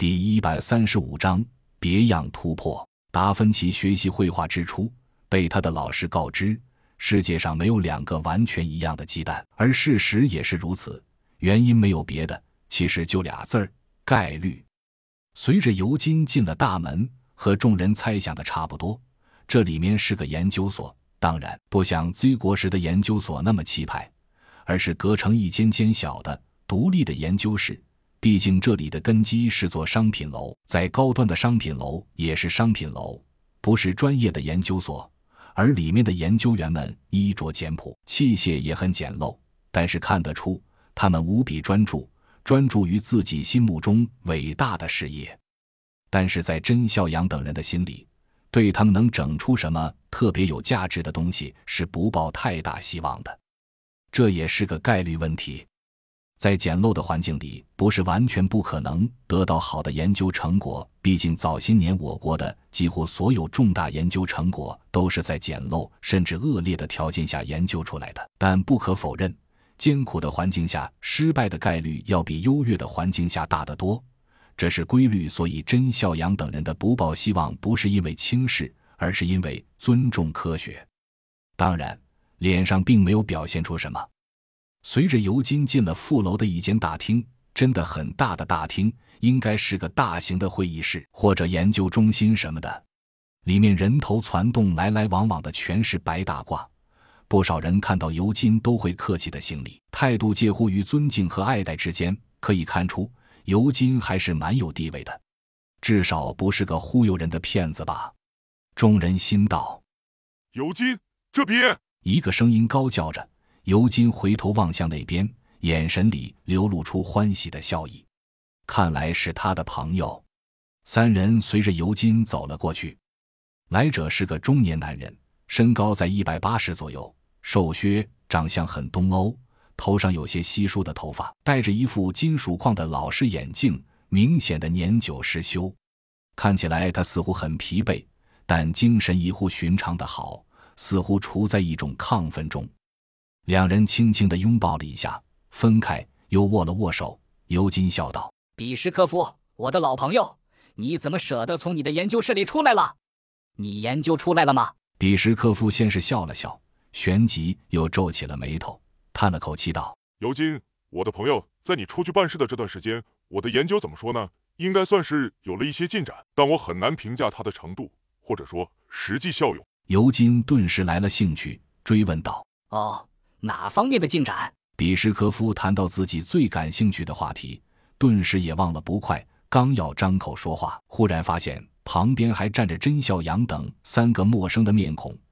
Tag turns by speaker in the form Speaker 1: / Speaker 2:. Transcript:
Speaker 1: 第135章别样突破。达芬奇学习绘画之初，被他的老师告知，世界上没有2个完全一样的鸡蛋，而事实也是如此。原因没有别的，其实就俩字儿：概率。随着尤金进了大门，和众人猜想的差不多，这里面是个研究所，当然不像 Z 国时的研究所那么气派，而是隔成一间间小的独立的研究室。毕竟这里的根基是座商品楼，再高端的商品楼也是商品楼，不是专业的研究所。而里面的研究员们衣着简朴，器械也很简陋，但是看得出他们无比专注于自己心目中伟大的事业。但是在甄孝阳等人的心里，对他们能整出什么特别有价值的东西是不抱太大希望的，这也是个概率问题。在简陋的环境里，不是完全不可能得到好的研究成果，毕竟早些年我国的几乎所有重大研究成果都是在简陋甚至恶劣的条件下研究出来的。但不可否认，艰苦的环境下失败的概率要比优越的环境下大得多，这是规律。所以甄孝阳等人的不抱希望，不是因为轻视，而是因为尊重科学。当然，脸上并没有表现出什么。随着尤金进了副楼的一间大厅，真的很大的大厅，应该是个大型的会议室或者研究中心什么的。里面人头攒动，来来往往的全是白大褂。不少人看到尤金都会客气的行礼，态度介乎于尊敬和爱戴之间，可以看出尤金还是蛮有地位的，至少不是个忽悠人的骗子吧。众人心道：
Speaker 2: 尤金，这边！
Speaker 1: 一个声音高叫着。尤金回头望向那边，眼神里流露出欢喜的笑意，看来是他的朋友。3人随着尤金走了过去。来者是个中年男人，身高在180左右，瘦削，长相很东欧，头上有些稀疏的头发，戴着一副金属框的老式眼镜，明显的年久失修。看起来他似乎很疲惫，但精神异乎寻常的好，似乎处在一种亢奋中。2人轻轻地拥抱了一下，分开，又握了握手。尤金笑道：
Speaker 3: 比什科夫，我的老朋友，你怎么舍得从你的研究室里出来了？你研究出来了吗？
Speaker 1: 比什科夫先是笑了笑，旋即又皱起了眉头，叹了口气道：
Speaker 2: 尤金，我的朋友，在你出去办事的这段时间，我的研究怎么说呢？应该算是有了一些进展，但我很难评价它的程度，或者说实际效用。
Speaker 1: 尤金顿时来了兴趣，追问道：
Speaker 3: 哦，哪方面的进展？
Speaker 1: 比什科夫谈到自己最感兴趣的话题，顿时也忘了不快，刚要张口说话，忽然发现旁边还站着甄孝阳等3个陌生的面孔，